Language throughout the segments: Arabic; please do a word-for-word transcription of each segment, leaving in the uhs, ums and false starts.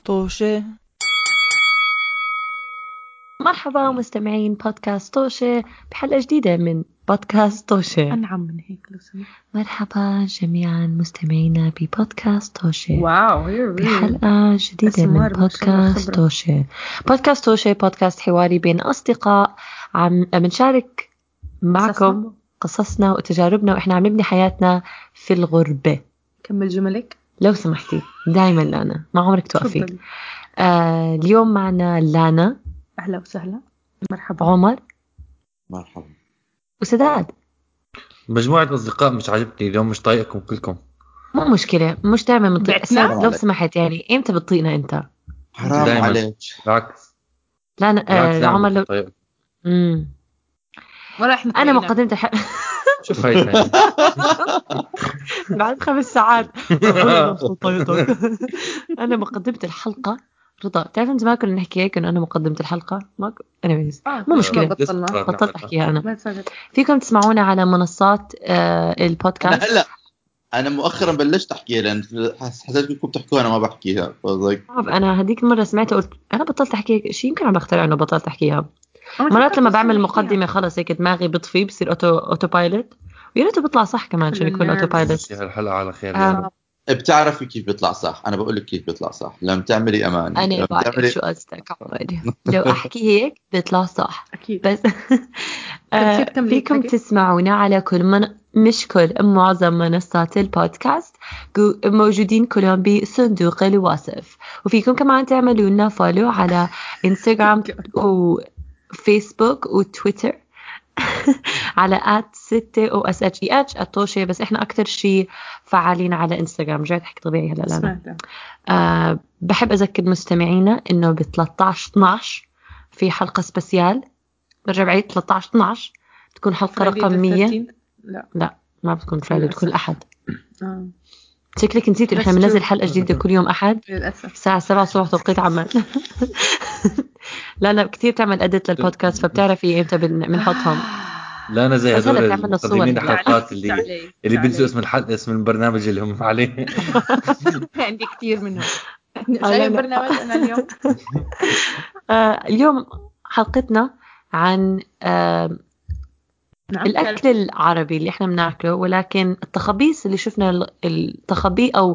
طوشة. مرحبا مستمعين بودكاست طوشة بحلقة جديدة من بودكاست طوشة. أنعم من هيك لو سمحت. مرحبا جميعا مستمعينا ببودكاست طوشة. واو really بحلقة جديدة من بودكاست طوشة. بودكاست طوشة بودكاست حواري بين أصدقاء عم بنشارك معكم قصصنا وتجاربنا وإحنا عم نبني حياتنا في الغربة. كمل جملك لو سمحتي. دائما لانا ما عمرك توقفي. آه اليوم معنا لانا. أهلا وسهلا. مرحبا. عمر. مرحبا. وسداد. مجموعة أصدقاء مش عاجبتني اليوم، مش طايقكم كلكم. مو مشكلة، مش دائما بنطيق. سداد لو سمحت يعني إمتى بتطيقنا أنت؟ حرام عليك. بالعكس. لا أنا آه عمر لو امم ولا إحنا أنا مقدمة الح... شوف هاي ثاني بعد خمس ساعات أنا مقدمة الحلقة رضا. تعرف أنت ما كنا نحكي هيك إنه أنا مقدمة الحلقة ما ك... أنا بيز آه مو مشكلة. بطلنا بطلت أحكيها أنا. فيكم تسمعونا على منصات آه البودكاست. أنا هلا أنا مؤخرا بلشت أحكيها لأن حسيت إنكم بتحكوها أنا ما بحكيها. أنا هديك المرة سمعت قلت أنا بطلت أحكي شيء يمكن عم بخترع إنه بطلت أحكيها. مرات لما بعمل مقدمة خلص هيك دماغي بطفي بصير أوتو أوتو بايلوت ويا ريته بيطلع صح كمان عشان يكون أوتو بايلوت. الحلقة على خير. آه. بتعرفي كيف بيطلع صح؟ أنا بقول لك كيف بيطلع صح. لما تعملي أماني أنا بعرف تعملي... شو قصدك عمر. لو أحكي هيك بيطلع صح أكيد. بس آه فيكم تسمعونا على كل من مش كل معظم منصات البودكاست موجودين كلهم بصندوق الوصف. وفيكم كمان تعملوا لنا فولو على انستغرام وفيسبوك وتويتر على آت ستة أو إس إتش إي إتش الطوشة. بس إحنا أكتر شيء فعالين على إنستغرام. رجعت حكي طبيعي هلا لا أه بحب أذكر مستمعينا إنه ب ثلاثة عشر اثناشر في حلقة سبيسيال. برجع بعيد ثلاثة عشر اثناشر تكون حلقة رقم مية. لا لا ما بتكون فرايدي بتكون الأحد. آه. شكلك نسيت إحنا بننزل حلقة جديدة كل يوم أحد الساعة سبعة الصبح توقيت عمان. لا لا كتير تعمل أدت للبودكاست فبتعرفي إمتى بنحطهم. لا أنا زي هذول المقدمين الحلقات اللي علي. اللي بينسوا اسم الحلقة اسم البرنامج اللي هم عليه. عندي كتير منهم. شايف برنامج أنا اليوم. آه اليوم حلقتنا عن آه نعم. الأكل العربي اللي إحنا بناكله ولكن التخبيص اللي شفنا التخبي أو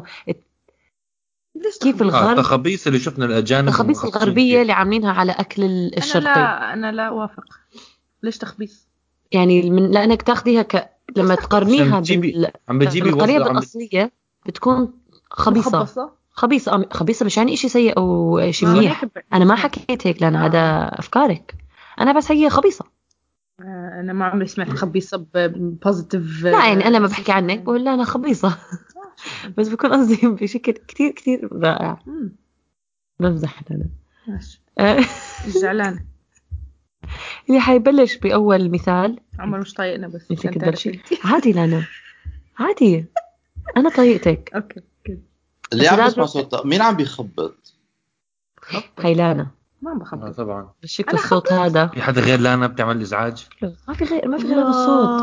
كيف الغرب التخبيص اللي شفنا الأجانب التخبيص الغربية اللي عاملينها على أكل الشرقي. أنا لا أنا لا أوافق. ليش تخبيص؟ يعني من لأنك تاخديها ك لما تقارنيها بال عم بتجيبي القرية الأصلية بتكون خبيصة. مخبصة. خبيصة خبيصة مش يعني إشي سيء أو إشي منيح. أنا ما حكيت هيك لأن هذا آه. أفكارك. أنا بس هي خبيصة. آه أنا ما عمري سمعت خبيصة ببوزيتيف. لا يعني أنا ما بحكي عنك بقول لا أنا خبيصة. بس بكون قصدي بشكل كتير كتير رائع. بمزح أنا. ماشي. زعلان. اللي حيبلش بأول مثال. عمر مش طايقنا بس. أنت كتبلشي. عادي لنا. عادي. أنا طايقتك. أوكي. كده. اللي عم بسمع صوت مين عم بيخبط؟ هيلانا. ما بخبط. طبعا. بالشكل الصوت هذا. في حدا غير لانا بتعمل إزعاج؟ ما في غير ما في غير الصوت.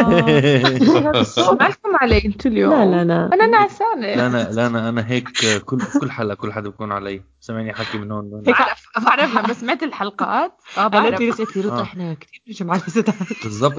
الصوت. معكم علي انتوا اليوم. لا لا لا. أنا نعسانة. لا أنا لا أنا أنا هيك كل كل حلقة كل حدا بيكون علي. سمعني حكي من هون لهون. بعرف بعرفها بس سمعت الحلقات. اه بعرف. أنا تريد رضا إحنا كتير بنجمع على ستات. بالضبط.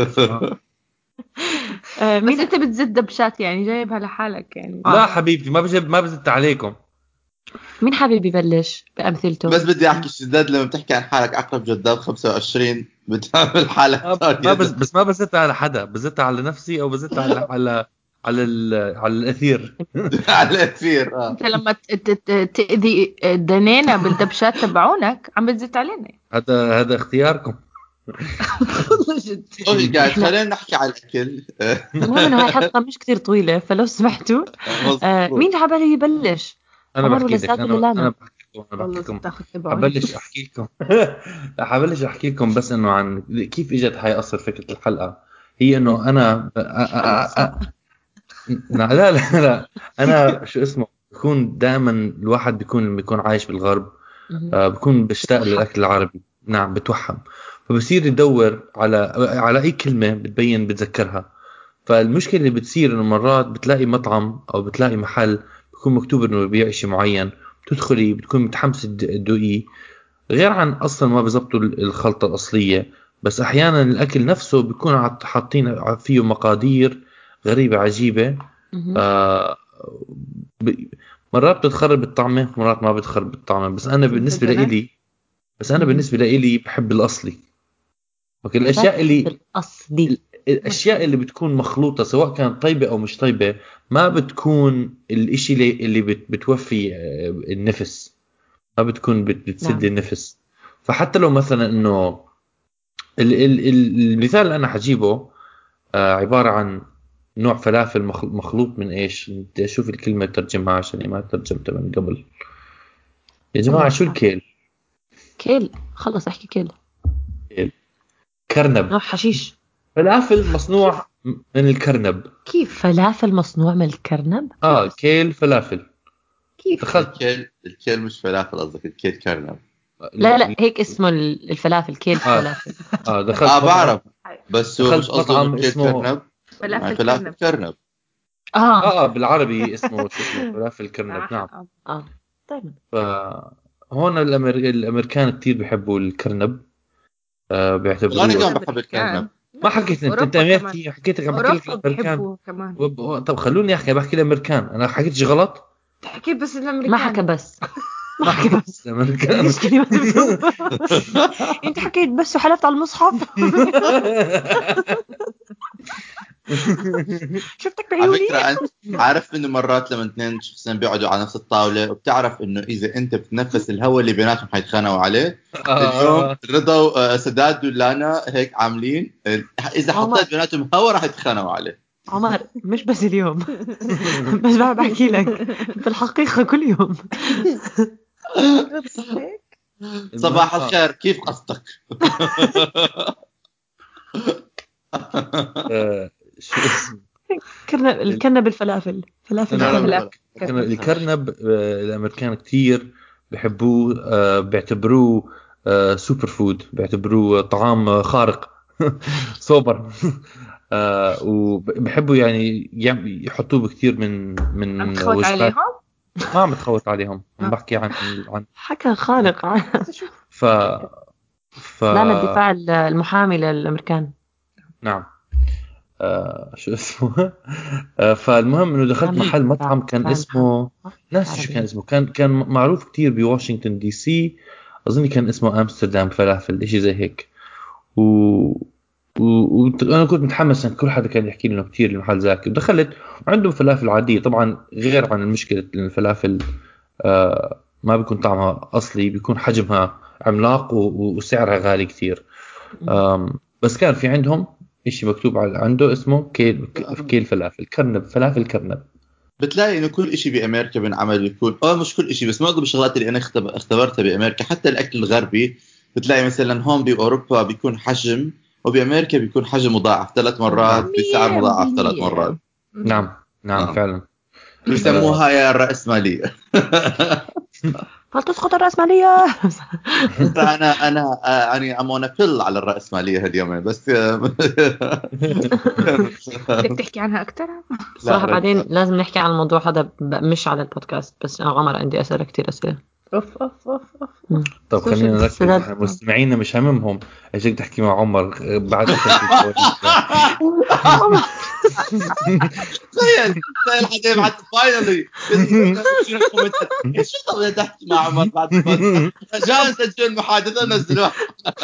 بس أنت بتزد دبشات يعني جايبها لحالك يعني. لا حبيبتي ما بجيب ما بزدت عليكم. مين حابب يبلش بأمثلته؟ بس بدي أحكي شداد لما بتحكي عن حالك عقرب جداد خمسة وعشرين بتعمل حالك ما بس بس ما بزدت على حدا بزدت على نفسي أو بزدت على على على على الأثير. على الأثير. آه. أنت لما تأذي دنينا بالدبشات تبعونك عم بتزت علينا. هذا هذا اختياركم. والله جد. أوكي قاعد خلينا نحكي على الأكل. المهم إنه هاي حلقة مش كتير طويلة فلو سمحتوا. آه مين حابب يبلش؟ أنا بحكي لك أنا أنا بحكي لكم حبلش أحكي لكم حبلش أحكي لكم بس إنه عن كيف إجت هاي أصل فكرة الحلقة. هي إنه أنا لا لا لا أنا شو اسمه بكون دائما الواحد بيكون بيكون عايش بالغرب بكون بشتاق للأكل العربي. نعم بتوحم فبصير يدور على على أي كلمة بتبين بتذكرها. فالمشكلة اللي بتصير إنه مرات بتلاقي مطعم أو بتلاقي محل بيكون مكتوب إنه بيبيع شيء معين تدخلي بتكون متحمسة تدوقيه، غير عن أصلا ما بزبطوا الخلطة الأصلية. بس أحيانا الأكل نفسه بيكون حاطين فيه مقادير غريبة عجيبة. آه مرات بتخرب الطعمة، مرات ما بتخرب الطعمة. بس أنا بالنسبة لإلي بس أنا بالنسبة لإلي بحب الأصلي. أوكي، الأشياء اللي الأصلي، الأشياء اللي بتكون مخلوطة سواء كانت طيبة أو مش طيبة ما بتكون الإشي اللي بتوفي النفس، ما بتكون بتسد نعم. النفس. فحتى لو مثلا إنه المثال اللي أنا حجيبه عبارة عن نوع فلافل مخلوط من إيش، بدي أشوف الكلمة ترجمها عشان ما ترجمتها من قبل. يا جماعة شو الكيل؟ كيل، خلص احكي كيل. كيل كرنب، نوع حشيش. فلافل مصنوع من الكرنب. كيف فلافل مصنوع من الكرنب؟ آه كيل فلافل. كيف دخلت الكيل؟ الكيل مش فلافل قصدك، الكيل كرنب. لا لا هيك اسمه الفلافل، كيل فلافل. اه دخلت اه بعرف، بس هو مش قصده كيل كرنب، فلافل فلافل كرنب. اه اه بالعربي اسمه شو اسمه فلافل كرنب. نعم. اه طيب. فهون الأمر... الامريكان كتير بيحبوا الكرنب. آه بيعتبروه انا بحب الكرنب. ما حكيت انت انت امريكي، حكيت لك بحكي لك الامريكان كمان. وب... طب خلوني احكي، بحكي الامريكان. انا حكيتش غلط؟ تحكي بس الامريكان. ما حكى بس ما حكي بس الامريكان. ايش كلمه انت حكيت بس وحلفت على المصحف. شفتك بعيوني. على فكرة أنت عارف إنه مرات لما اثنين شخصين بيقعدوا على نفس الطاولة وبتعرف إنه إذا أنت بتنفس الهواء اللي بيناتهم حيتخانقوا عليه. اليوم رضا وسداد ولانا هيك عاملين، إذا حطيت بيناتهم هواء راح يتخانقوا عليه. عمر مش بس اليوم، بس بقى بحكي لك في الحقيقة كل يوم. صباح الخير، كيف قصدك؟ شو اسمه كرنب، الكرنب الفلافل فلافل الكرنب. الكرنب الامريكان كتير بيحبوه، بيعتبروه سوبر فود، بيعتبروه طعام خارق. سوبر. وبحبوا يعني يحطوه بكتير من من عم تخوت عليهم؟ ما عم تخوت عليهم، عم بحكي عن عن حكى خارق. ف ف لا الدفاع المحامي للامريكان. نعم. آه شو اسمه آه فالمهم انه دخلت محل مطعم كان اسمه ناسي شو كان اسمه، كان كان معروف كتير بواشنطن دي سي، اظن كان اسمه امستردام فلافل شيء زي هيك. و وانا كنت متحمس ان كل حدا كان يحكي لي انه كثير المحل زاكي، ودخلت وعندهم فلافل عاديه طبعا، غير عن المشكله ان الفلافل آه ما بيكون طعمها اصلي، بيكون حجمها عملاق وسعرها غالي كثير. بس كان في عندهم إشي مكتوب على عنده اسمه كيل كيل فلافل كرنب، فلافل كرنب. بتلاقي إنه كل إشي بأمريكا بنعمل بيكون آه مش كل إشي، بس معظم الشغلات اللي أنا اختبرتها بأمريكا حتى الأكل الغربي بتلاقي مثلا هون بأوروبا بيكون حجم وبأمريكا بيكون حجم مضاعف ثلاث مرات بسعر مضاعف ثلاث مرات. نعم نعم آه. فعلا بيسموها يا الرأسمالية. فلتسقط الرأسمالية. أنا أنا أنا أمونا فل على الرأسمالية هاليومين بس. بتحكي عنها أكتر صراحة. بعدين لازم نحكي عن الموضوع هذا مش على البودكاست بس. أنا عمر عندي أسئلة كتير أسئلة. أوف أوف أوف أوف. طب خلينا نركز، مستمعينا مش هممهم ايش بدك تحكي مع عمر بعد اخر تخيل تخيل حدا يبعث فاينلي ايش بدك تحكي مع عمر بعد رجاء نسجل المحادثه ونزلوها.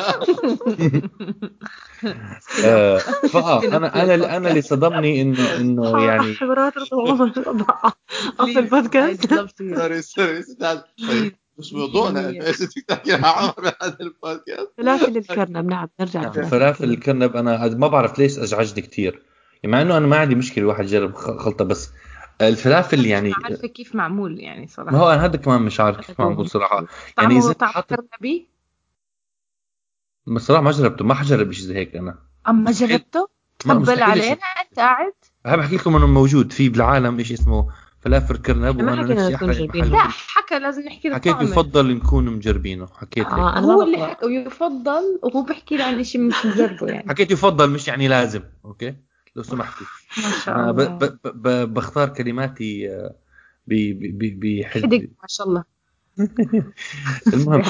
فاه انا انا انا اللي صدمني انه انه يعني خبرات عمر في البودكاست. سوري سوري مش موضوعنا. ايش بدك تحكي مع عمر بهذا البودكاست؟ فلافل الكرنب. نعم نرجع فلافل الكرنب. انا ما بعرف ليش ازعجني كثير، مع انه انا ما عندي مشكله الواحد يجرب خلطه، بس الفلافل يعني ما عارفه كيف معمول يعني صراحه. ما هو انا هذا كمان مش عارف كيف معمول صراحه. يعني اذا طعم كرنبي بصراحه ما جربته، ما حجرب شيء زي هيك. انا اما جربته تقبل علينا انت قاعد. هبا احكي لكم انه موجود في بالعالم شيء اسمه فلافل كرنب، وانا نفسي احرق. لا حكى لازم نحكي حكيت يفضل نكون مجربينه. حكيت آه أنا هو اللي حكى ويفضل وهو بحكي لي عن شيء مش مجربه يعني. حكيت يفضل مش يعني لازم. اوكي لو سمحتي. ما شاء انا الله. ب ب ب بختار كلماتي ب ب ب حدق ما شاء الله. المهم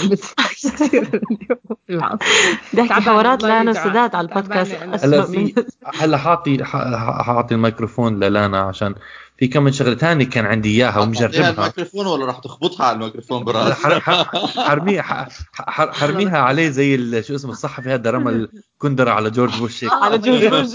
ده حوارات لانا وسداد على البودكاست. هلا في هلا حاطي حاطي الميكروفون للانا عشان في كم شغله ثانيه كان عندي اياها ومجربها. الميكروفون ولا راح تخبطها على الميكروفون براس؟ حرميها حرميها عليه زي شو اسمه الصحفي هذا رمى الكندره على جورج بوش على جورج بوش.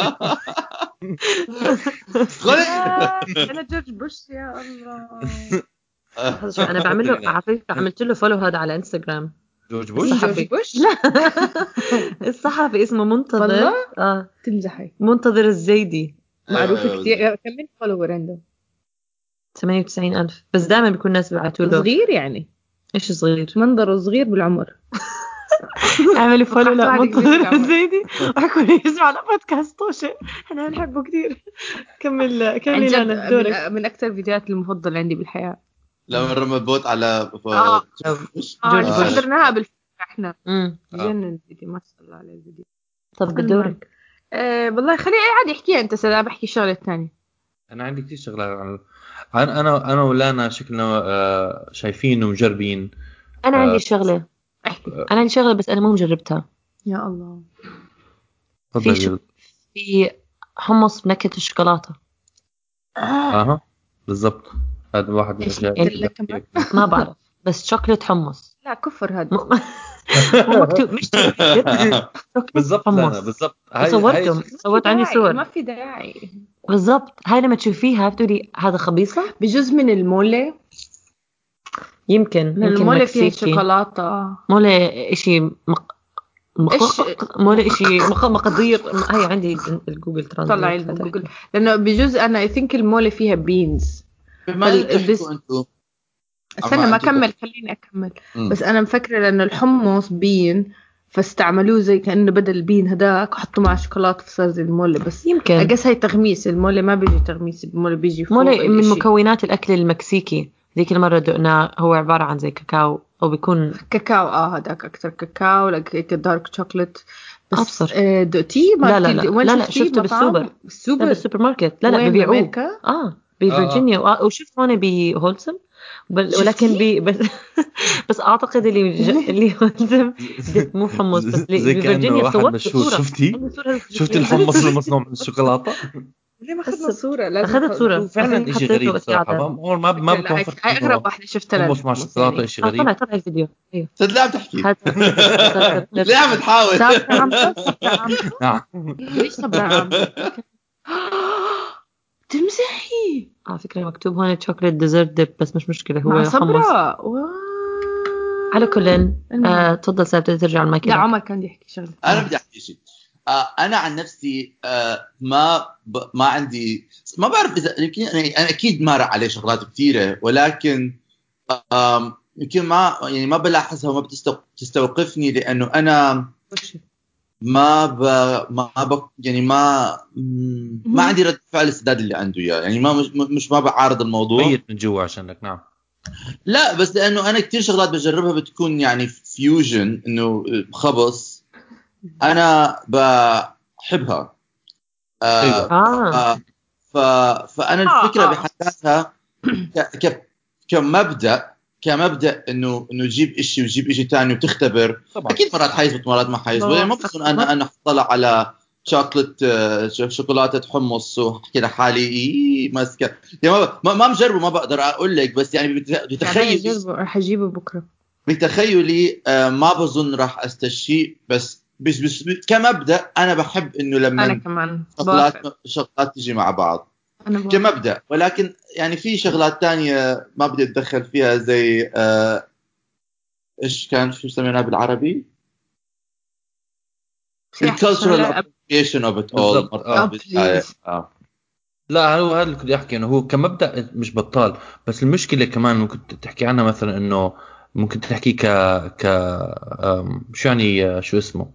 انا جورج بوش يا الله. انا بعمل له عفيف عملت له فولو هذا على انستغرام. جورج بوش جورج بوش لا الصحفي اسمه منتظر. والله اه تمزحي. منتظر الزيدي معروف كتير. كم من فولوور عنده؟ ثمانية وتسعين ألف. بس دائما بيكون الناس بيبعتوا له. صغير يعني؟ ايش صغير؟ منظره صغير بالعمر. اعملي فولو لمنتظر الزيدي وحكوا لي يسمع على بودكاست طوشه احنا نحبه كثير. كمل كمل لنا دورك. من, من اكثر الفيديوهات المفضله عندي بالحياه لما رمى بوت على اه حضرناها بالفكره احنا. امم جنن الفيديو ما شاء الله عليه الفيديو. طب بدورك. آه والله خلي عادي احكيها انت سلا بحكي شغله الثانيه. انا عندي كثير شغلات. انا انا انا ولانا شكلنا آه شايفين ومجربين. انا عندي شغله احكي. انا عندي شغله بس انا مو مجربتها. يا الله. في شو... في حمص بنكهه الشوكولاته. اه اها بالضبط. هذا واحد من الاشياء ما بعرف بس شوكولاته حمص. لا كفر هذا. مو مكتوب مش بالضبط. انا بالضبط صورتهم صورت عندي صور. ما في داعي. بالضبط. هاي لما تشوفيها بتقولي هذا خبيصه. بجزء من المولة يمكن من المولة فيها شوكولاته. مولة إشي مق... مق... مولة إشي مق... مقدير. هاي عندي الجوجل ترانزليت. طلعي الجوجل لأنه بجزء أنا I think المولة فيها بينز. استنى ما أكمل خليني أكمل. م. بس أنا مفكرة لأنه الحمص بين فاستعملوه زي كأنه بدل البين هداك حطوا مع شوكولاتة فصار زي المولة. بس يمكن أقص هاي تغميس. المولة ما بيجي تغميس. المولة بيجي فوق. مولة من مكونات الأكل المكسيكي. ذيك المرة دقناه هو عبارة عن زي كاكاو أو بيكون كاكاو. آه هداك أكتر كاكاو لك دارك شوكولات. بس أبصر آه دوتي ما لا لا لا لا, لا شفته بالسوبر. بالسوبر بالسوبر ماركت. لا لا ببيعوه آه بفرجينيا. آه. وشفت هون بهولسم ولكن بي بس بس اعتقد اللي اللي هولسم مو حمص بس بفرجينيا صورت صورة. شفتي شفتي الحمص المصنوع من الشوكولاته. ليه ما أخذنا صورة؟ لازم أخذت صورة فعلا شيء غريب صراحة. ما ما ما بكون فرق. هاي أغرب واحدة شفتها. حمص مع شوكولاتة شيء غريب. طلع طلع الفيديو. أيوه. صدق عم تحكي. ليه عم تحاول؟ نعم. ليش صبر عم؟ تمزحي. على فكرة مكتوب هون شوكولات ديزرت ديب بس مش مشكلة هو حمص. على كل آه، تفضل سابتة ترجع المايك. لا عمر كان يحكي شغله. أنا بدي أحكي شيء. آه أنا عن نفسي آه ما ب... ما عندي ما بعرف إذا يمكن يعني أنا أكيد مارق عليه شغلات كثيرة ولكن آه يمكن ما يعني ما بلاحظها وما بتستوقفني لأنه أنا ما ب... ما ب... يعني ما ما عندي رد فعل السداد اللي عنده إياه يعني ما مش مش ما بعارض الموضوع. ميت من جوا عشانك. نعم. لا بس لأنه أنا كتير شغلات بجربها بتكون يعني فيوجن إنه خبص أنا بحبها. آه آه. ف... فأنا الفكرة بحثها ك... ك... كمبدأ كمبدأ إنه إنه جيب إشي وجيب إشي تاني وتختبر. طبعا. أكيد مرات حيزبط مرات ما حيزبط. ما بظن أنا أنا أطلع على شوكولات شوكولاتة حمص وحكي لحالي ماسكة يعني ما ما مجربه ما بقدر أقول لك بس يعني بتخيل راح أجيبه بكرة بتخيلي ما بظن راح أستشيء بس بس بس كمبدأ أنا بحب إنه لما أنا كمان شغلات شغلات تيجي مع بعض كمبدأ ولكن يعني في شغلات تانية ما بدي أتدخل فيها زي آه إيش كان شو سميناه بالعربي الcultural appropriation of it all. آه. لا هو هذا اللي كنت أحكي إنه هو كمبدأ مش بطال بس المشكلة كمان ممكن تحكي عنها مثلا إنه ممكن تحكي ك ك شو يعني شو اسمه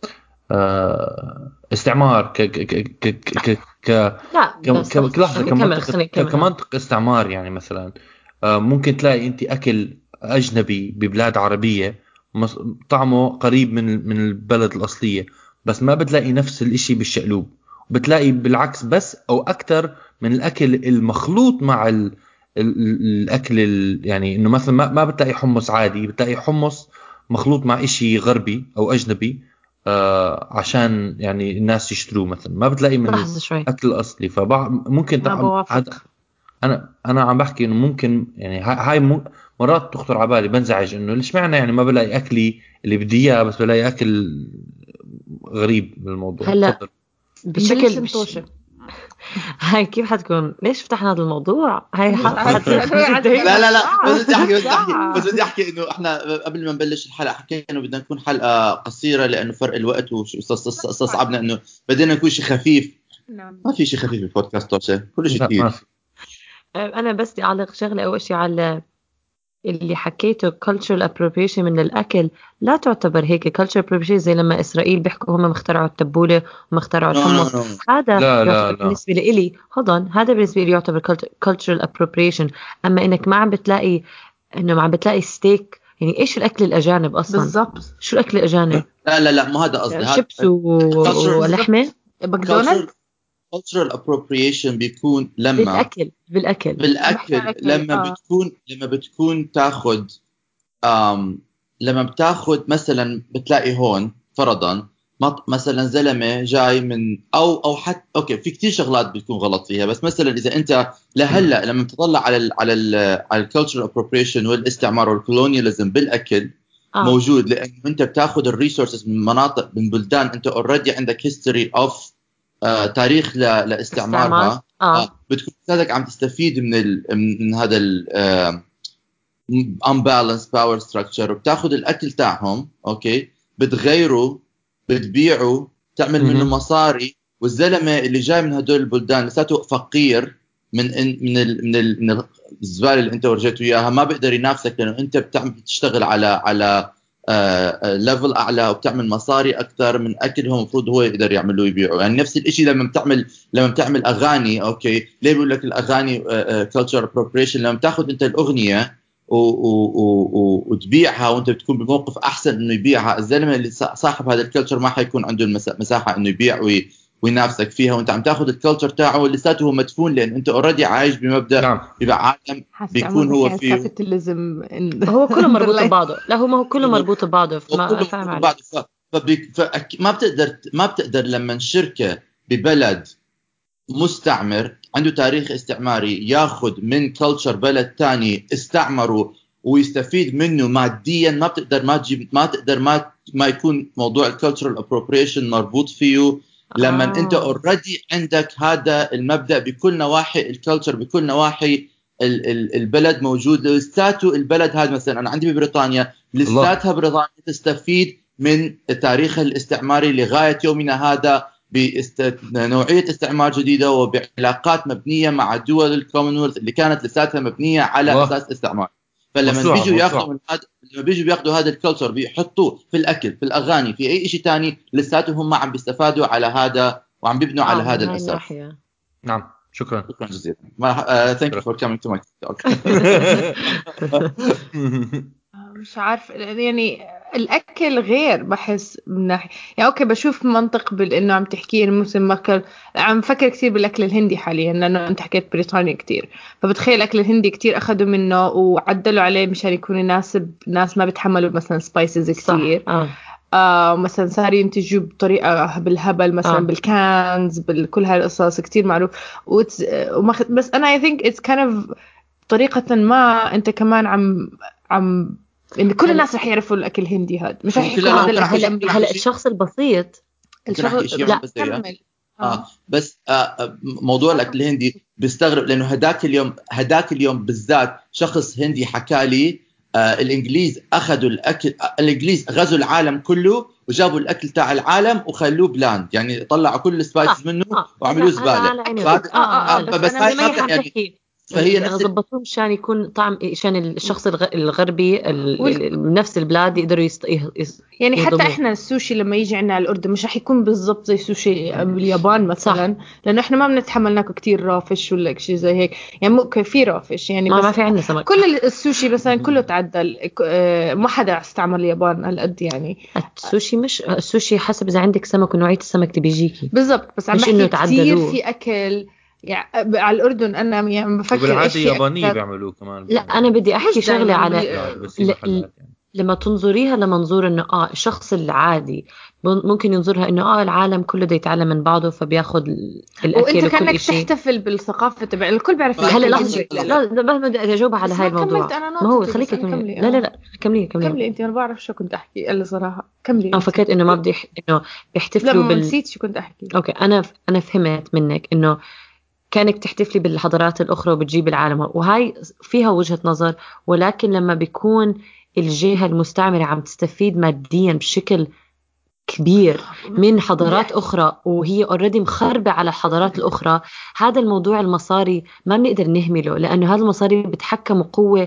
استعمار ك ك ك ك ك كلحظة كمنطق كمنطق استعمار يعني مثلا ممكن تلاقي أنت أكل أجنبي ببلاد عربية طعمه قريب من من البلد الأصلية بس ما بتلاقي نفس الإشي بالشقلوب بتلاقي بالعكس بس أو أكتر من الأكل المخلوط مع الاكل يعني انه مثلا ما ما بتلاقي حمص عادي، بتلاقي حمص مخلوط مع إشي غربي او اجنبي آه عشان يعني الناس يشتروه، مثلا ما بتلاقي من الاكل الاصلي. فممكن هذا انا انا عم بحكي انه ممكن يعني هاي مرات تخطر على بالي، بنزعج انه ليش معنى يعني ما بلاقي اكلي اللي بدي اياه، بس بلاقي اكل غريب بالموضوع. هلا بشكل بش... هاي كيف حتكون؟ ليش فتحنا هذا الموضوع؟ هاي حت... لا لا لا بس بدي احكي بس بدي احكي بس بدي احكي انه احنا قبل ما نبلش الحلقه حكينا انه بدنا نكون حلقه قصيره لانه فرق الوقت واستصعبنا انه بدنا نكون شيء خفيف. ما في شيء خفيف بالبودكاست توشه، كل شيء ثقيل. انا بس بدي اعلق شغله اول شيء على اللي حكيته cultural appropriation من الأكل. لا تعتبر هيك cultural appropriation زي لما إسرائيل بيحكوا هم مخترعوا التبولة ومخترعوا الحمص. no, no, no. هذا لا يعتبر لا بالنسبة لي هضن، هذا بالنسبة لي يعتبر cultural appropriation. أما إنك ما عم بتلاقي إنه ما عم بتلاقي ستيك، يعني إيش الأكل الأجانب أصلاً؟ بالضبط. شو الأكل الأجانب؟ لا لا لا ما هذا قصدي. شيبس ولحمة. ماكدونالدز. cultural appropriation بيكون لما بالأكل بالأكل بالأكل لما آه. بتكون لما بتكون تاخد آم لما بتاخد مثلا بتلاقي هون فرضا مثلا زلمة جاي من أو أو حتى أوكي في كتير شغلات بتكون غلط فيها، بس مثلا إذا أنت لهلا لما بتطلع على ال على ال على cultural appropriation والاستعمار والكولونياليزم بالأكل آه. موجود، لأنه أنت بتاخد الريسورسز من مناطق من بلدان أنت already عندك history of آه، تاريخ لاستعمارها. آه. بتكون ذاتك عم تستفيد من ال من هذا ال آه unbalanced power structure، وبتاخذ الاكل تاعهم اوكي بتغيره بتبيعه تعمل منه مصاري، والزلمه اللي جاي من هدول البلدان لساته فقير من من ال من, ال من الزباله اللي انت ورجيته اياها، ما بيقدر ينافسك لانه انت بتعمل بتشتغل على على ليفل اعلى وبتعمل مصاري اكثر من اكلهم المفروض هو يقدر يعملوه يبيعوا. يعني نفس الشيء لما بتعمل لما بتعمل اغاني اوكي، ليه بيقول لك الاغاني cultural appropriation؟ لما بتاخذ انت الاغنيه و و و وتبيعها وانت بتكون بموقف احسن انه يبيعها، الزلمه اللي صاحب هذا الكلتشر ما حيكون عنده المساحه انه يبيع وي وينافسك فيها، وانت عم تاخذ الكلتشر تاعه لساته هو مدفون، لان انت اوريدي عايش بمبدا نعم. بيبقى عالم بيكون هو فيه كابيتاليزم هو كله مربوط ببعضه. لا هو ما هو كله مربوط ببعضه، ما فاهم عليه. ما بتقدر ما بتقدر لما شركه ببلد مستعمر عنده تاريخ استعماري ياخذ من كلتشر بلد تاني استعمره ويستفيد منه ماديا، ما بتقدر ما تجيب ما تقدر ما ما يكون موضوع الكالتشرال ابروبريشن مربوط فيه لما آه. انت اوريدي عندك هذا المبدا بكل نواحي الكالتشر، بكل نواحي ال ال البلد موجود لساته. البلد هذا مثلا انا عندي ببريطانيا لساتها بريطانيا تستفيد من تاريخها الاستعماري لغايه يومنا هذا بنوعيه استعمار جديده وبعلاقات مبنيه مع دول الكومنولث اللي كانت لساتها مبنيه على الله. اساس استعمار. فلما بيجوا ياخذوا هذا لما بيجوا بياخذوا هذا الكلتشر بيحطوه في الاكل في الاغاني في اي شيء ثاني، لساتهم هم عم بيستفادوا على هذا وعم بيبنوا آه على هذا الاساس. الناحية. نعم شكرا شكرا جزيلا. ثانك يو فور كامينج تو ماي توك. مش عارف يعني الأكل غير بحس من ناحية يعني أوكي بشوف منطق بالإنه عم تحكي الموسم مكر. عم فكر كتير بالأكل الهندي حاليا لأنه أنت حكيت بريطانيا كتير، فبتخيل الأكل الهندي كتير أخذوا منه وعدلوا عليه مشان يكون يناسب ناس ما بتحملوا مثلا سبايسز كتير. آه. آه مثلا صار ينتجوا بطريقة بالهبل مثلا آه. بالكانز بالكل هاي القصص كتير معروف ومخ... بس أنا I think it's kind of طريقة ما أنت كمان عم عم إن كل الناس رح يعرفوا الأكل الهندي هذا مش رح يكون هذا الأكل. هلا الشخص البسيط الشخص لا كمل آه. بس آه موضوع الأكل الهندي بيستغرب لأنه هداك اليوم هداك اليوم بالذات شخص هندي حكى لي آه الإنجليز أخذوا الأكل الإنجليز غزوا العالم كله وجابوا الأكل تاع العالم وخلوه بلاند، يعني طلعوا كل السبايسز منه آه. وعملوا زبالة. آه آه بس, بس أنا زي ما يعني فهي ضبطوه مشان يكون طعم عشان الشخص الغربي وال... نفس البلاد يقدروا يست... يس... يعني حتى احنا السوشي لما يجي عنا على الأردن مش رح يكون بالضبط زي سوشي باليابان مثلا صح. لأنه احنا ما بنتحمل ناكل كتير رافش ولا شيء زي هيك، يعني مو في رافش يعني ما, بس ما في عندنا سمك. كل السوشي مثلا كله تعدل، ما حدا استعمل اليابان هالقد يعني. السوشي مش السوشي حسب إذا عندك سمك ونوعية السمك اللي بيجيكي بالضبط، بس عم بحكي كتير في أكل يعني على الأردن أنا يعني بفكر بالعادة يابانية بيعملوه كمان. لا أنا بدي أحكي شغلة على ل... لما تنظريها لمنظور إنه آه الشخص العادي ممكن ينظرها إنه آه العالم كله ده يتعلم من بعضه فبياخد الأكل وأنت وكل كأنك شيء. تحتفل بالثقافة تبع الكل بيعرف. هلا لحظة لا لا ما بدي أجاوب على هاي الموضوع. ما هو خليك كملي. لا لا لا كملي كملي كملي أنت. أنا بعرف شو كنت أحكي إلا صراحة كملي. أنا فكرت إنه ما بدي إنه بيحتفلوا بال. نسيت شو كنت أحكي. أوكي أنا أنا فهمت منك إنه كانك تحتفلي بالحضارات الأخرى وبتجيب العالم وهاي فيها وجهة نظر، ولكن لما بيكون الجهة المستعمرة عم تستفيد ماديا بشكل كبير من حضارات أخرى وهي already مخربة على الحضارات الأخرى، هذا الموضوع المصاري ما بنقدر نهمله لأنه هذا المصاري بتحكم قوة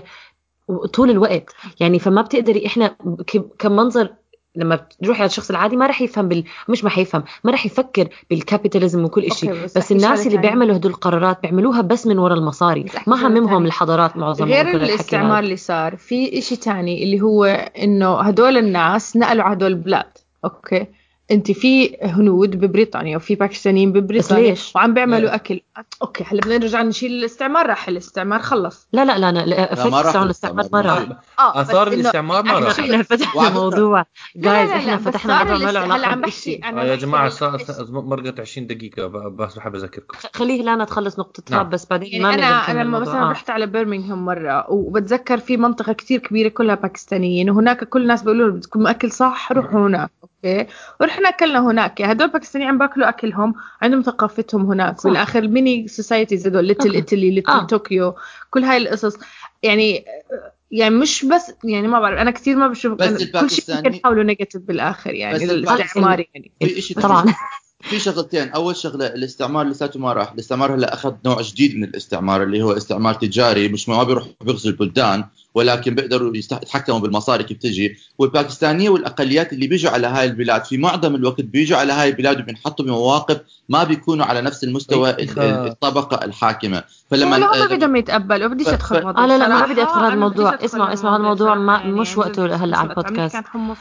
طول الوقت يعني. فما بتقدري إحنا كمنظر لما بتروحي على الشخص العادي ما رح يفهم بال... مش ما حيفهم ما رح يفكر بالكابيتاليزم وكل إشي. بس, بس الناس اللي بيعملوا هدول القرارات بيعملوها بس من وراء المصاري، ما هممهم الحضارات معظمهم. غير الاستعمار اللي صار في إشي تاني اللي هو إنه هدول الناس نقلوا على هدول البلاد. أوكي انت في هنود ببريطانيا وفي باكستانيين ببريطانيا وعم بيعملوا اكل. اوكي هلا بدنا نرجع نشيل الاستعمار. راح الاستعمار خلص. لا لا لا لا, لا فتح الاستعمار مره. اه اثار الاستعمار مره. احنا فتحنا موضوع جايز احنا فتحنا موضوع ما له علاقه بشيء. يا جماعه مرقت عشرين دقيقه بس بحب اذكركم. خليه لانا تخلص نقطتها. نعم. بس بعدين يعني ما انا انا لما مثلا رحت على برمنغهام مره وبتذكر في منطقه كتير كبيره كلها باكستانيين وهناك كل الناس بيقولوا بدكم اكل صح روحوا هناك. اوكي ورحنا اكلنا هناك. هدول باكستانيين عم باكلوا اكلهم عندهم ثقافتهم هناك. بالاخر الميني سوسايتيز هدول ليتل ايطالي ليتل طوكيو كل هاي القصص يعني. يعني مش بس يعني ما بعرف انا كثير ما بشوف كل شيء ممكن يحاولوا نيجاتيف بالاخر يعني الاستعمار يعني في شيء طبعا. في شغلتين. اول شغله الاستعمار لساته ما راح. الاستعمار هلا اخذ نوع جديد من الاستعمار اللي هو استعمار تجاري، مش ما بيروح بيغزو البلدان ولكن بيقدروا يتحكموا بالمصاري كيف تجي. والباكستانيه والاقليات اللي بيجوا على هاي البلاد في معظم الوقت بيجوا على هاي البلاد وبينحطوا بمواقف ما بيكونوا على نفس المستوى الطبقه الحاكمه. فلما لا بدهم يتقبلوا بديش ادخل بهذا آه لا لا ما بدي ادخل هذا الموضوع. اسمع اسمع هذا الموضوع ما يعني مش وقته هلا على البودكاست. كان حمص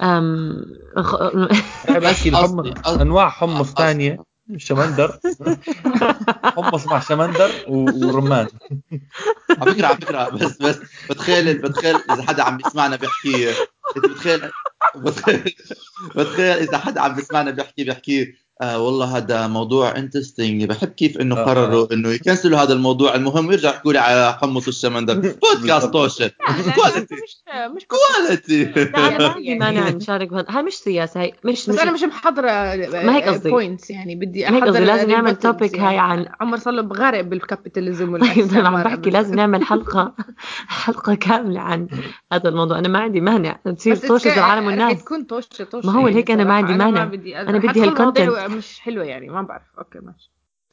امم بحكي الحمص انواع حمص ثانيه شمندر حمص مع شمندر ورمان. على فكره على فكره بس بس بتخيل بتخيل اذا حدا عم يسمعنا بيحكي بتخيل بتخيل بتخيل اذا حدا عم يسمعنا بيحكي بيحكي آه والله هذا موضوع انترستينج. بحب كيف انه قرروا انه يكنسلوا هذا الموضوع. المهم يرجع يحكوا لي على حمص الشمندر. بودكاست توشه كواليتي مش مش كواليتي. لا ما عندي مانع نشارك بهذا. هاي مش سياسه هاي مش بس انا مش محضره ما هيك قصدي بوينتس يعني بدي احضر. لازم نعمل توبيك يعني. هاي عن عمر صار له بغرق بالكابيتاليزم والاستعمار. عم بحكي لازم نعمل حلقه حلقه كامله عن هذا الموضوع. انا ما عندي مانع تصير توشه العالم والناس. تكون توشه توشه ما هو هيك انا ما عندي مانع. انا بدي هالكونتنت مش حلوه يعني ما بعرف. اوكي ماشي.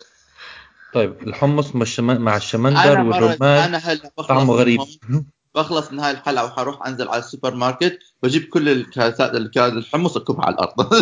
طيب الحمص مع الشمندر والرمان طعمه غريب. بخلص من هاي الحلقه وحروح انزل على السوبر ماركت بجيب كل الكاسات الكاس الحمص اكبها على الارض.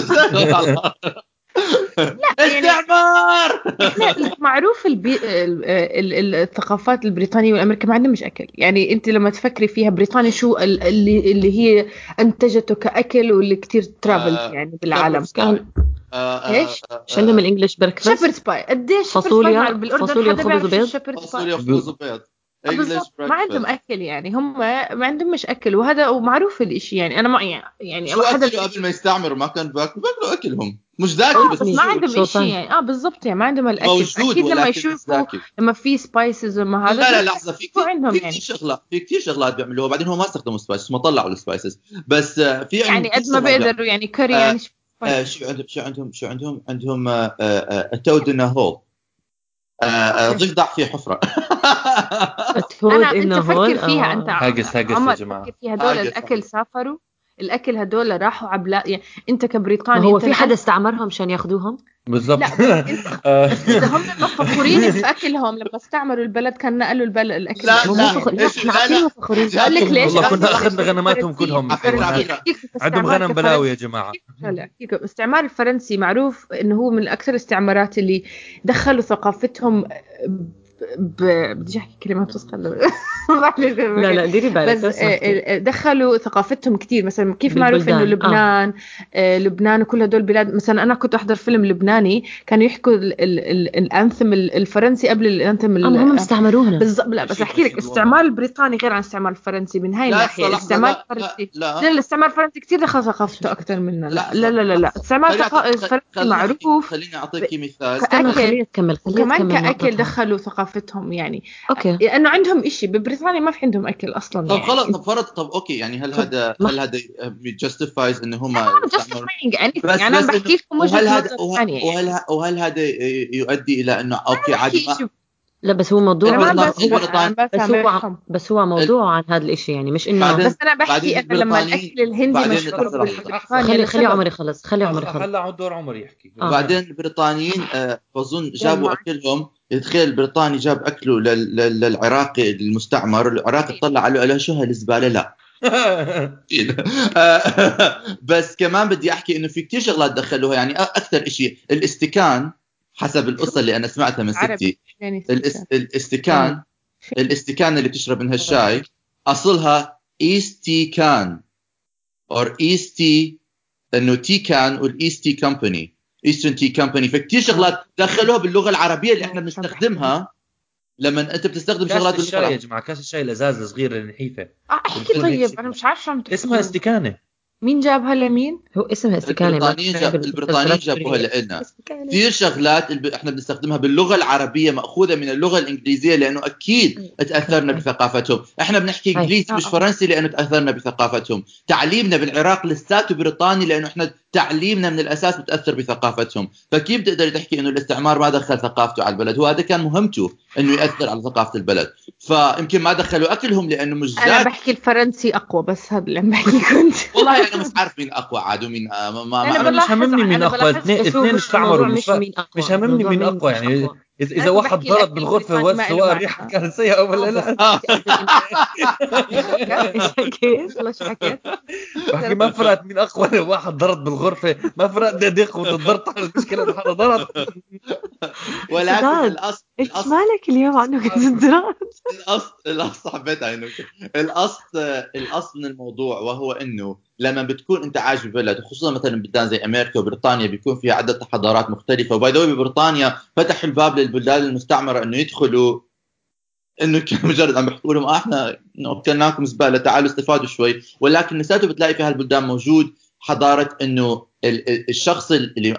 استعمار. لا معروف البي... الثقافات البريطانيه والامريكيه ما عندهم مش اكل يعني. انت لما تفكري فيها بريطانيا شو اللي اللي هي انتجته كاكل واللي كتير ترافل آه يعني بالعالم كان آه ايش شو عندهم الانجليش بريكفاست شيبرد باي. قديش فاصوليا بالاردن فاصوليا وخبز وبيض. فاصوليا وخبز وبيض ما عندهم اكل يعني. هم ما عندهم مش اكل وهذا ومعروف الاشي يعني. انا ما يعني شو حدا قبل ما يستعمروا ما كان باكلوا باكلوا اكلهم مش ذاكي بس, بس ما عندهم شيء يعني. اه بالضبط يعني ما عندهم الاكل. اكيد لما يشوفوا لما في سبايسز وما هذا لا لا لحظه في كثير عندهم في يعني شغلات في كثير شغلات بيعملوها بعدين هم ما استخدموا سبايسز ما طلعوا السبايسز بس في يعني قد ما بيقدروا يعني كوري يعني آه شو عندهم شو عندهم شو عندهم عندهم التودنا هول ضفدع في حفره. انا انت فكر فيها انت هاجس هاجس يا جماعه. فكر فيها هدول الاكل سافروا الاكل هدول راحوا عبلا يعني. انت كبريطاني هو في حدا استعمرهم عشان ياخذوهم بالضبط. اذا هم مفخورين باكلهم لما استعمروا البلد كان نقلوا البلد الاكل. لا مو فخورين احنا عارفين مفخورين. اقول لك ليش والله كنا اخذنا غنماتهم كلهم. عندهم غنم بلاوي يا جماعه. لا الاستعمار الفرنسي معروف انه هو من اكثر الاستعمارات اللي دخلوا ثقافتهم ب... بدي احكي كلمه تسخن لا لا ديري بالك بس دخلوا ثقافتهم كتير مثلا كيف معروف انه لبنان آه. لبنان وكل هدول بلاد مثلا انا كنت احضر فيلم لبناني كانوا يحكوا الانثم الفرنسي قبل الانثم هم مستعمرونا بالضبط. لا بس احكي لك الاستعمار البريطاني غير عن الاستعمار الفرنسي من هاي الناحيه. الاستعمار الفرنسي لا, لا. الاستعمار الفرنسي كتير دخل ثقافته اكثر منا. لا لا لا لا, لا. الاستعمار الفرنسي معروف. خليني اعطيكي مثال خليني اكمل وكمان كاكل دخلوا ثقافتهم يعني اوكي لانه عندهم إشي ببريطانيا ما في عندهم اكل اصلا. طب خلص طب فرض طب اوكي يعني هل هذا هل هذا جاستيفايز انه هم يعني انا بحكي لكم وهل هذا وهل وهل هذا يؤدي الى انه اوكي عادي لا بس هو موضوع بس هو بس هو بس هو موضوع عن هذا الاشي يعني مش انه بس انا بحكي انا لما الاكل الهندي مشهور بالبريطانيا خلي خلي عمر يخلص خلي عمر يخلص هلا دور عمر يحكي. وبعدين البريطانيين بظن جابوا اكلهم تخيل البريطاني جاب اكله للعراقي المستعمر العراقي طلع عليه قال شو هالزباله لا بس كمان بدي احكي انه في كتير شغلات دخلوها يعني اكثر اشي الاستكان حسب القصة اللي أنا سمعتها من ستي الاستكان الاستكان اللي بتشرب منها الشاي أصلها إيستيكان أو إيستي إنه تيكان والإيستي كومباني إيسترن تي كومباني. فكتير شغلات دخلوها باللغة العربية اللي إحنا بنستخدمها لما أنت بتستخدم شغلات بالشاي يا جماعة. كاس الشاي الأزاز صغيرة النحيفة أحكي طيب أنا مش عارفة اسمها استكانة. مين جابها لمين؟ هو اسمها استكانة. البريطانيين جاب البريطانيين جابوها لنا. في شغلات الب... احنا بنستخدمها باللغة العربية مأخوذة من اللغة الإنجليزية لأنه أكيد تأثرنا بثقافتهم. احنا بنحكي إنجليزي مش فرنسي لأنه تأثرنا بثقافتهم. تعليمنا بالعراق لساته بريطاني لأنه احنا تعليمنا من الأساس بتأثر بثقافتهم. فكيف تقدر تحكي إنه الاستعمار ما دخل ثقافته على البلد؟ هو هذا كان مهمته إنه يأثر على ثقافة البلد. فيمكن ما دخلوا أكلهم لأنه مش زاد. أنا بحكي الفرنسي أقوى بس هذا اللي بحكي كنت والله أنا مش عارف مين أقوى عادو مين ما, ما أنا, أنا مش هممني مين أقوى. اثنين اثنين استعمروا مش مش هممني مين أقوى يعني إذا إذا واحد ضرب بالغرفة سواء الريحة كانت سيئة ولا لا. كيف ولا حكيت بحكي ما فرقت مين أقوى لو واحد ضرب بالغرفة ما فرق دقيق وتضرط على المشكلة إنه حدا ضرب. ولكن الأصل إيش مالك اليوم عنك تضرب؟ الأصل الأصل حبيتها إنه الأصل الأصل من الموضوع وهو إنه لما بتكون أنت عايش ببلد وخصوصا مثلا بلدان زي أمريكا وبريطانيا بيكون فيها عدة حضارات مختلفة وبايدوي ببريطانيا فتح الباب للبلدان المستعمرة إنه يدخلوا إنه كمجرد عم بيحكوا لهم إحنا أكلناكم زبالة تعالوا استفادوا شوي. ولكن نساته بتلاقي في هالبلدان موجود حضارة إنه الشخص اللي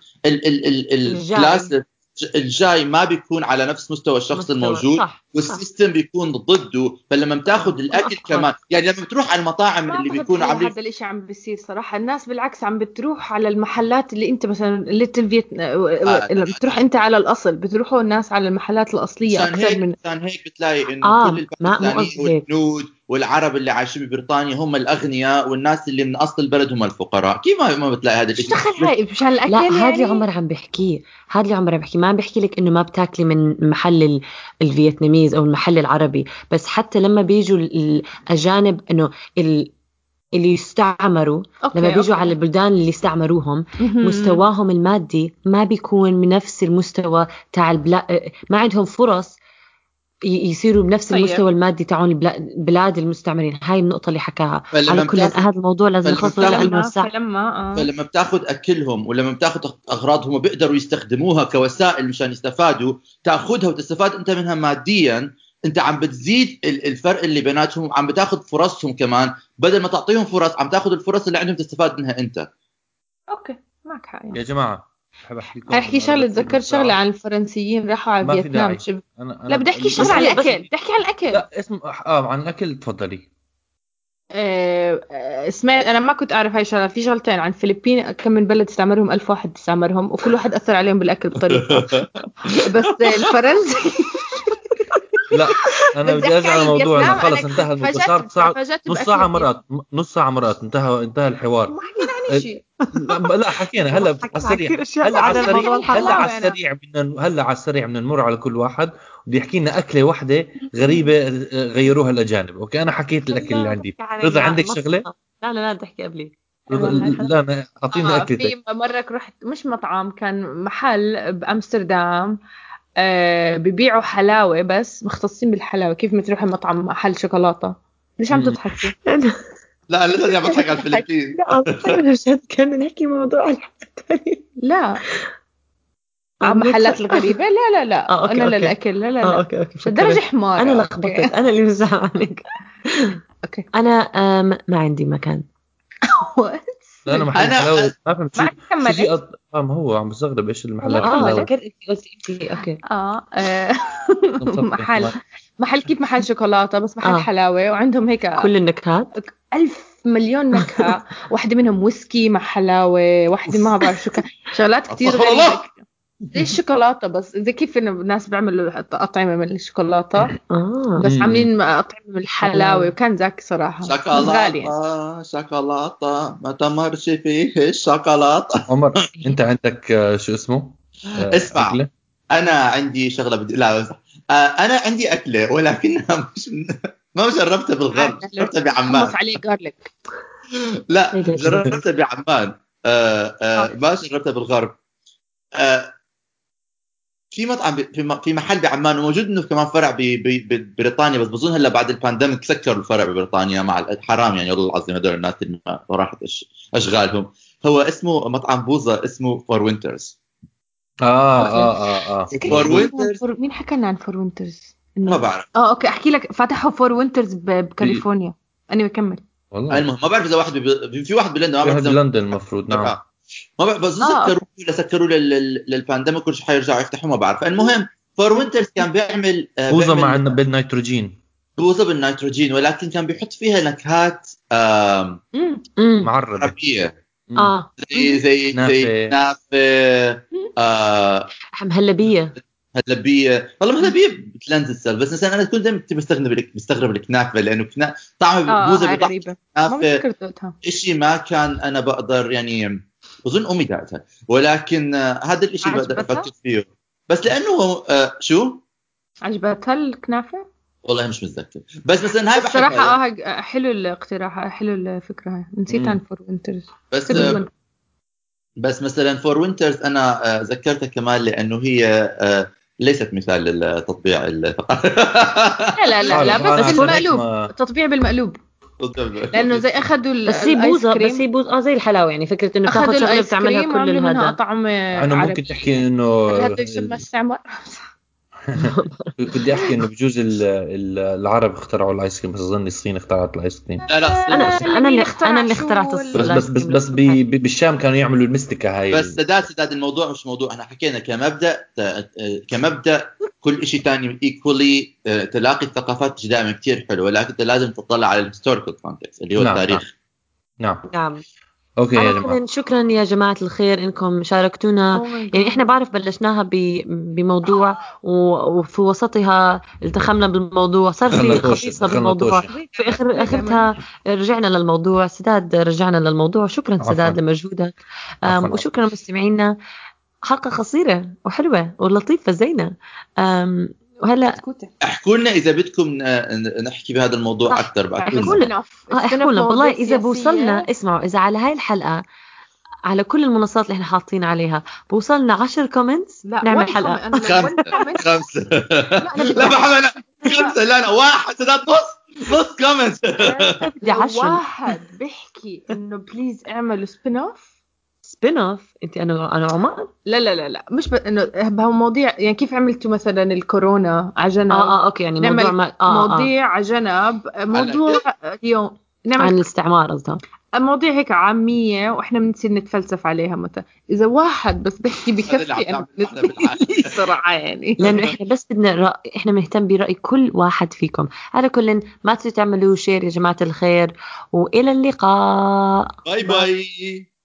الكلاس الجاي ما بيكون على نفس مستوى الشخص الموجود صح والسيستم صح. بيكون ضده. فلما بتاخذ الاكل كمان يعني لما بتروح على المطاعم اللي بيكونوا عاملين هذا الاشي عم بيصير صراحه الناس بالعكس عم بتروح على المحلات اللي انت مثلا ليتل فيت آه. لما بتروح انت على الاصل بتروحوا الناس على المحلات الاصليه اكثر من عشان هيك بتلاقي انه آه. كل الباكستانيين والهنود والعرب اللي عايشين ببريطانيا هم الاغنياء والناس اللي من اصل البلد هم الفقراء. كيف ما بتلاقي هذا الشيء؟ دخل هاي مشان الاكل لا يعني؟ هذا اللي عمر عم بحكيه هذا اللي عمر عم بحكي ما عم بحكي لك انه ما بتاكلي من محل الفيتناميز او المحل العربي بس حتى لما بيجوا الاجانب انه ال اللي يستعمروا أوكي لما بيجوا أوكي. على البلدان اللي استعمروهم مستواهم المادي ما بيكون من نفس المستوى تاع البلاد. ما عندهم فرص يصيروا بنفس طيب. المستوى المادي تاعون البلاد المستعمرين. هاي النقطة اللي حكاها على كل هذا الموضوع لازم نخلصه لأنه الساعة فلما, آه. فلما بتاخد أكلهم ولما بتاخد أغراضهم بيقدروا يستخدموها كوسائل مشان يستفادوا تأخذها وتستفاد أنت منها ماديا. أنت عم بتزيد الفرق اللي بيناتهم عم بتاخد فرصهم كمان بدل ما تعطيهم فرص عم تاخد الفرص اللي عندهم تستفاد منها أنت. أوكي معك حق يعني. يا جماعة احكي شغله تذكرت شغله عن الفرنسيين راحوا على فيتنام شب... أنا أنا لا بدي احكي شغله عن الاكل بدي احكي عن الاكل لا اسم اه عن الاكل تفضلي. أه... سمعت انا ما كنت اعرف هاي الشغله. في شغلتين عن الفلبين كم من بلد استعمرهم ألف واحد استعمرهم وكل واحد اثر عليهم بالاكل بطريقه بس الفرنسي لا انا بدي ارجع لموضوعنا خلص انتهى الموضوع صار ساعه نص ساعه مرات نص ساعه مرات انتهى انتهى الحوار ما حكينا عن شيء. لا حكينا هلا على السريع هلا على السريع هلا على السريع بدنا هلا على السريع بدنا نمر على كل واحد بدي يحكي لنا اكله واحده غريبه غيروها الاجانب. اوكي انا حكيت الاكل اللي عندي. رضا عندك شغله؟ لا لا لا تحكي قبلي. لا انا اعطيني آه اكلتك. في مره رحت مش مطعم كان محل بامستردام آه بيبيعوا حلاوة بس مختصين بالحلاوة. كيف ما تروحي مطعم محل شوكولاتة. ليش عم تضحكي؟ لا لسه عم بضحك على الفلبين. لا أنا جد كان نحكي موضوع الحلقة. لا عم محلات الغريبة. لا لا لا آه، أوكي، أنا أوكي. للأكل. لا لا لا آه، أوكي أوكي شو درجة حمار. أنا لخبطت. أنا اللي مزعل عليك. أوكي أنا آم، ما عندي مكان. لا انا محل أنا- حلاوه ما فهمت شو ما شو في كملت. أط... اه ما هو عم بستغرب ايش المحلات لا، اه الحلاوه. فكرت انت قلتي انت. اوكي آه, آه صفي محل كمان. محل كيف محل شوكولاتة بس محل آه. حلاوة وعندهم هيك كل النكهات. ألف مليون نكهة. واحدة منهم ويسكي مع حلاوة، واحدة ما بعرف شو كان، شغلات كتير استغفر غريبة الله. زي الشوكولاتة. بس زي كيف إنه الناس بيعملوا أطعمة من الشوكولاتة اه بس مم. عاملين أطعمة من الحلاوة. وكان زاكي صراحة بس غالي يعني. شوكولاتة شوكولاتة ما تمرش فيه الشوكولاتة. عمر انت عندك آه، شو اسمه آه، اسمع أكلة؟ انا عندي شغله بدي لا بس. آه انا عندي اكله ولكنها مش ما جربتها بالغرب، جربتها بعمان. حمص عليه جارليك. لا جربتها بعمان. آه آه ما جربتها بالغرب. آه في مطعم ب- في م- في محل بعمان وموجود انه كمان فرع ب- ب- ببريطانيا، بس بظن هلا بعد البانديميك سكروا الفرع ببريطانيا مع الحرام يعني والله العظيم هذول الناس اللي ما راحت أش- اشغالهم. هو اسمه مطعم بوظة، اسمه فور وينترز. اه اه اه اه فور وينترز مين حكى لنا عن فور وينترز؟ ما بعرف اه اوكي احكي لك. فتحوا فور وينترز بكاليفورنيا. اني بكمل. والله المهم ما بعرف اذا واحد بب... في واحد بلندن ما في بعرف واحد اذا بلندن المفروض. نعم. آه. ما بعرف بس آه، سكروا ولا سكروا لل... لل- للبانديميك كل شيء حيرجعوا يفتحوا ما بعرف. المهم فور وينترز كان بيعمل آه بوظة مع بيعمل انه بالنيتروجين بوظة بالنيتروجين، ولكن كان بيحط فيها نكهات آم، امم امم معربة. عربية مم. اه زي زي زي كنافة. كنافة آه مهلبية. هلبية. والله مهلبية بتلانز السل، بس مثلا انا كنت دائما كنت بستغرب لك بستغرب الكنافة لانه كنا... طعم اه بوظة هاي بطعم غريبة ما كنافة بتذكر ذاتها. إشي ما كان أنا بقدر يعني بظن أمي دعتها، ولكن آه، هذا الإشي اللي بقدر عجبتها؟ أفكر فيه. بس لأنه آه، شو عجبتها الكنافة؟ والله مش متذكر، بس مثلا هاي الصراحة بحبها اه هاي- حلو الاقتراح، حلو الفكرة هاي. نسيت مم. عن فور وينترز. بس آه، بس مثلا فور وينترز أنا آه، ذكرتها كمان لأنه هي آه، ليست مثال للتطبيع الثقافي. لا لا لا بعرف لا بعرف بس عشان هيك بالمقلوب. ما تطبيع بالمقلوب. لأنه زي أخذوا ال- بس هي الآيس بوظة بس كريم. هي بوظة اه زي الحلاوة يعني فكرة انه بتاخذ أخذوا شغلة الآيس بتعملها كريم كل وعملوا منها الهذا. طعم مع انه ممكن عربي. تحكي انه هذا يسمى استعمار. بدي احكي انه بجوز ال- ال- العرب اخترعوا الايس كريم، بس اظن الصين اخترعت الايس كريم. لا لا الصين انا مش. انا اللي اخترع انا اللي شو اخترعت وال- بس الآيس بس بس كريم. بس بي- بي- بالشام كانوا يعملوا المستكة هاي بس ال- سداد سداد الموضوع مش موضوع احنا حكينا كمبدا ت- كمبدا كل شيء ثاني ايكولي. تلاقي الثقافات دائما كثير حلو، ولكن انت لازم تطلع على الهيستوريكال كونتكست اللي هو نعم، التاريخ. نعم. نعم. اوكي يا على جماعة. كل شكرا يا جماعة الخير انكم شاركتونا. Oh my يعني احنا God. بعرف بلشناها ب- بموضوع و- وفي وسطها التخمنا بالموضوع، صار دخلنا في طوشة خصيصة دخلنا بالموضوع، طوشة. في اخر اخرتها رجعنا للموضوع. سداد رجعنا للموضوع. شكرا عفواً. سداد لمجهودك. أم، عفواً. وشكرا مستمعينا. حلقة قصيرة وحلوة ولطيفة زينة. أم، وهلا احكوا لنا اذا بدكم ن- نحكي بهذا الموضوع صح. اكثر. بعد احكوا لنا لنا اه احكوا لنا والله اذا بوصلنا. اسمعوا اذا على هاي الحلقة على كل المنصات اللي احنا حاطين عليها بوصلنا عشر كومنتس نعمل حلقة. خمسة خمسة لا محمد خمسة لا لا واحد سداد نص نص كومنت. بدي عشرة. واحد بيحكي انه بليز اعملوا سبين اوف. سبين اوف انت انا انا عمر. لا لا لا لا مش ب... انه بهالمواضيع يعني كيف عملتوا مثلا الكورونا على جنب. اه اه اوكي يعني موضوع نعمل ما اه مواضيع على جنب. موضوع اليوم نعمل عن الاستعمار قصدها. مواضيع هيك عامية واحنا بنصير نتفلسف عليها. مثلا اذا واحد بس بيحكي بكفي انا صراحة يعني. لانه احنا بس بدنا رأي، احنا مهتم برأي كل واحد فيكم. على كل ما تنسوا تعملوا شير يا جماعة الخير، والى اللقاء. باي باي.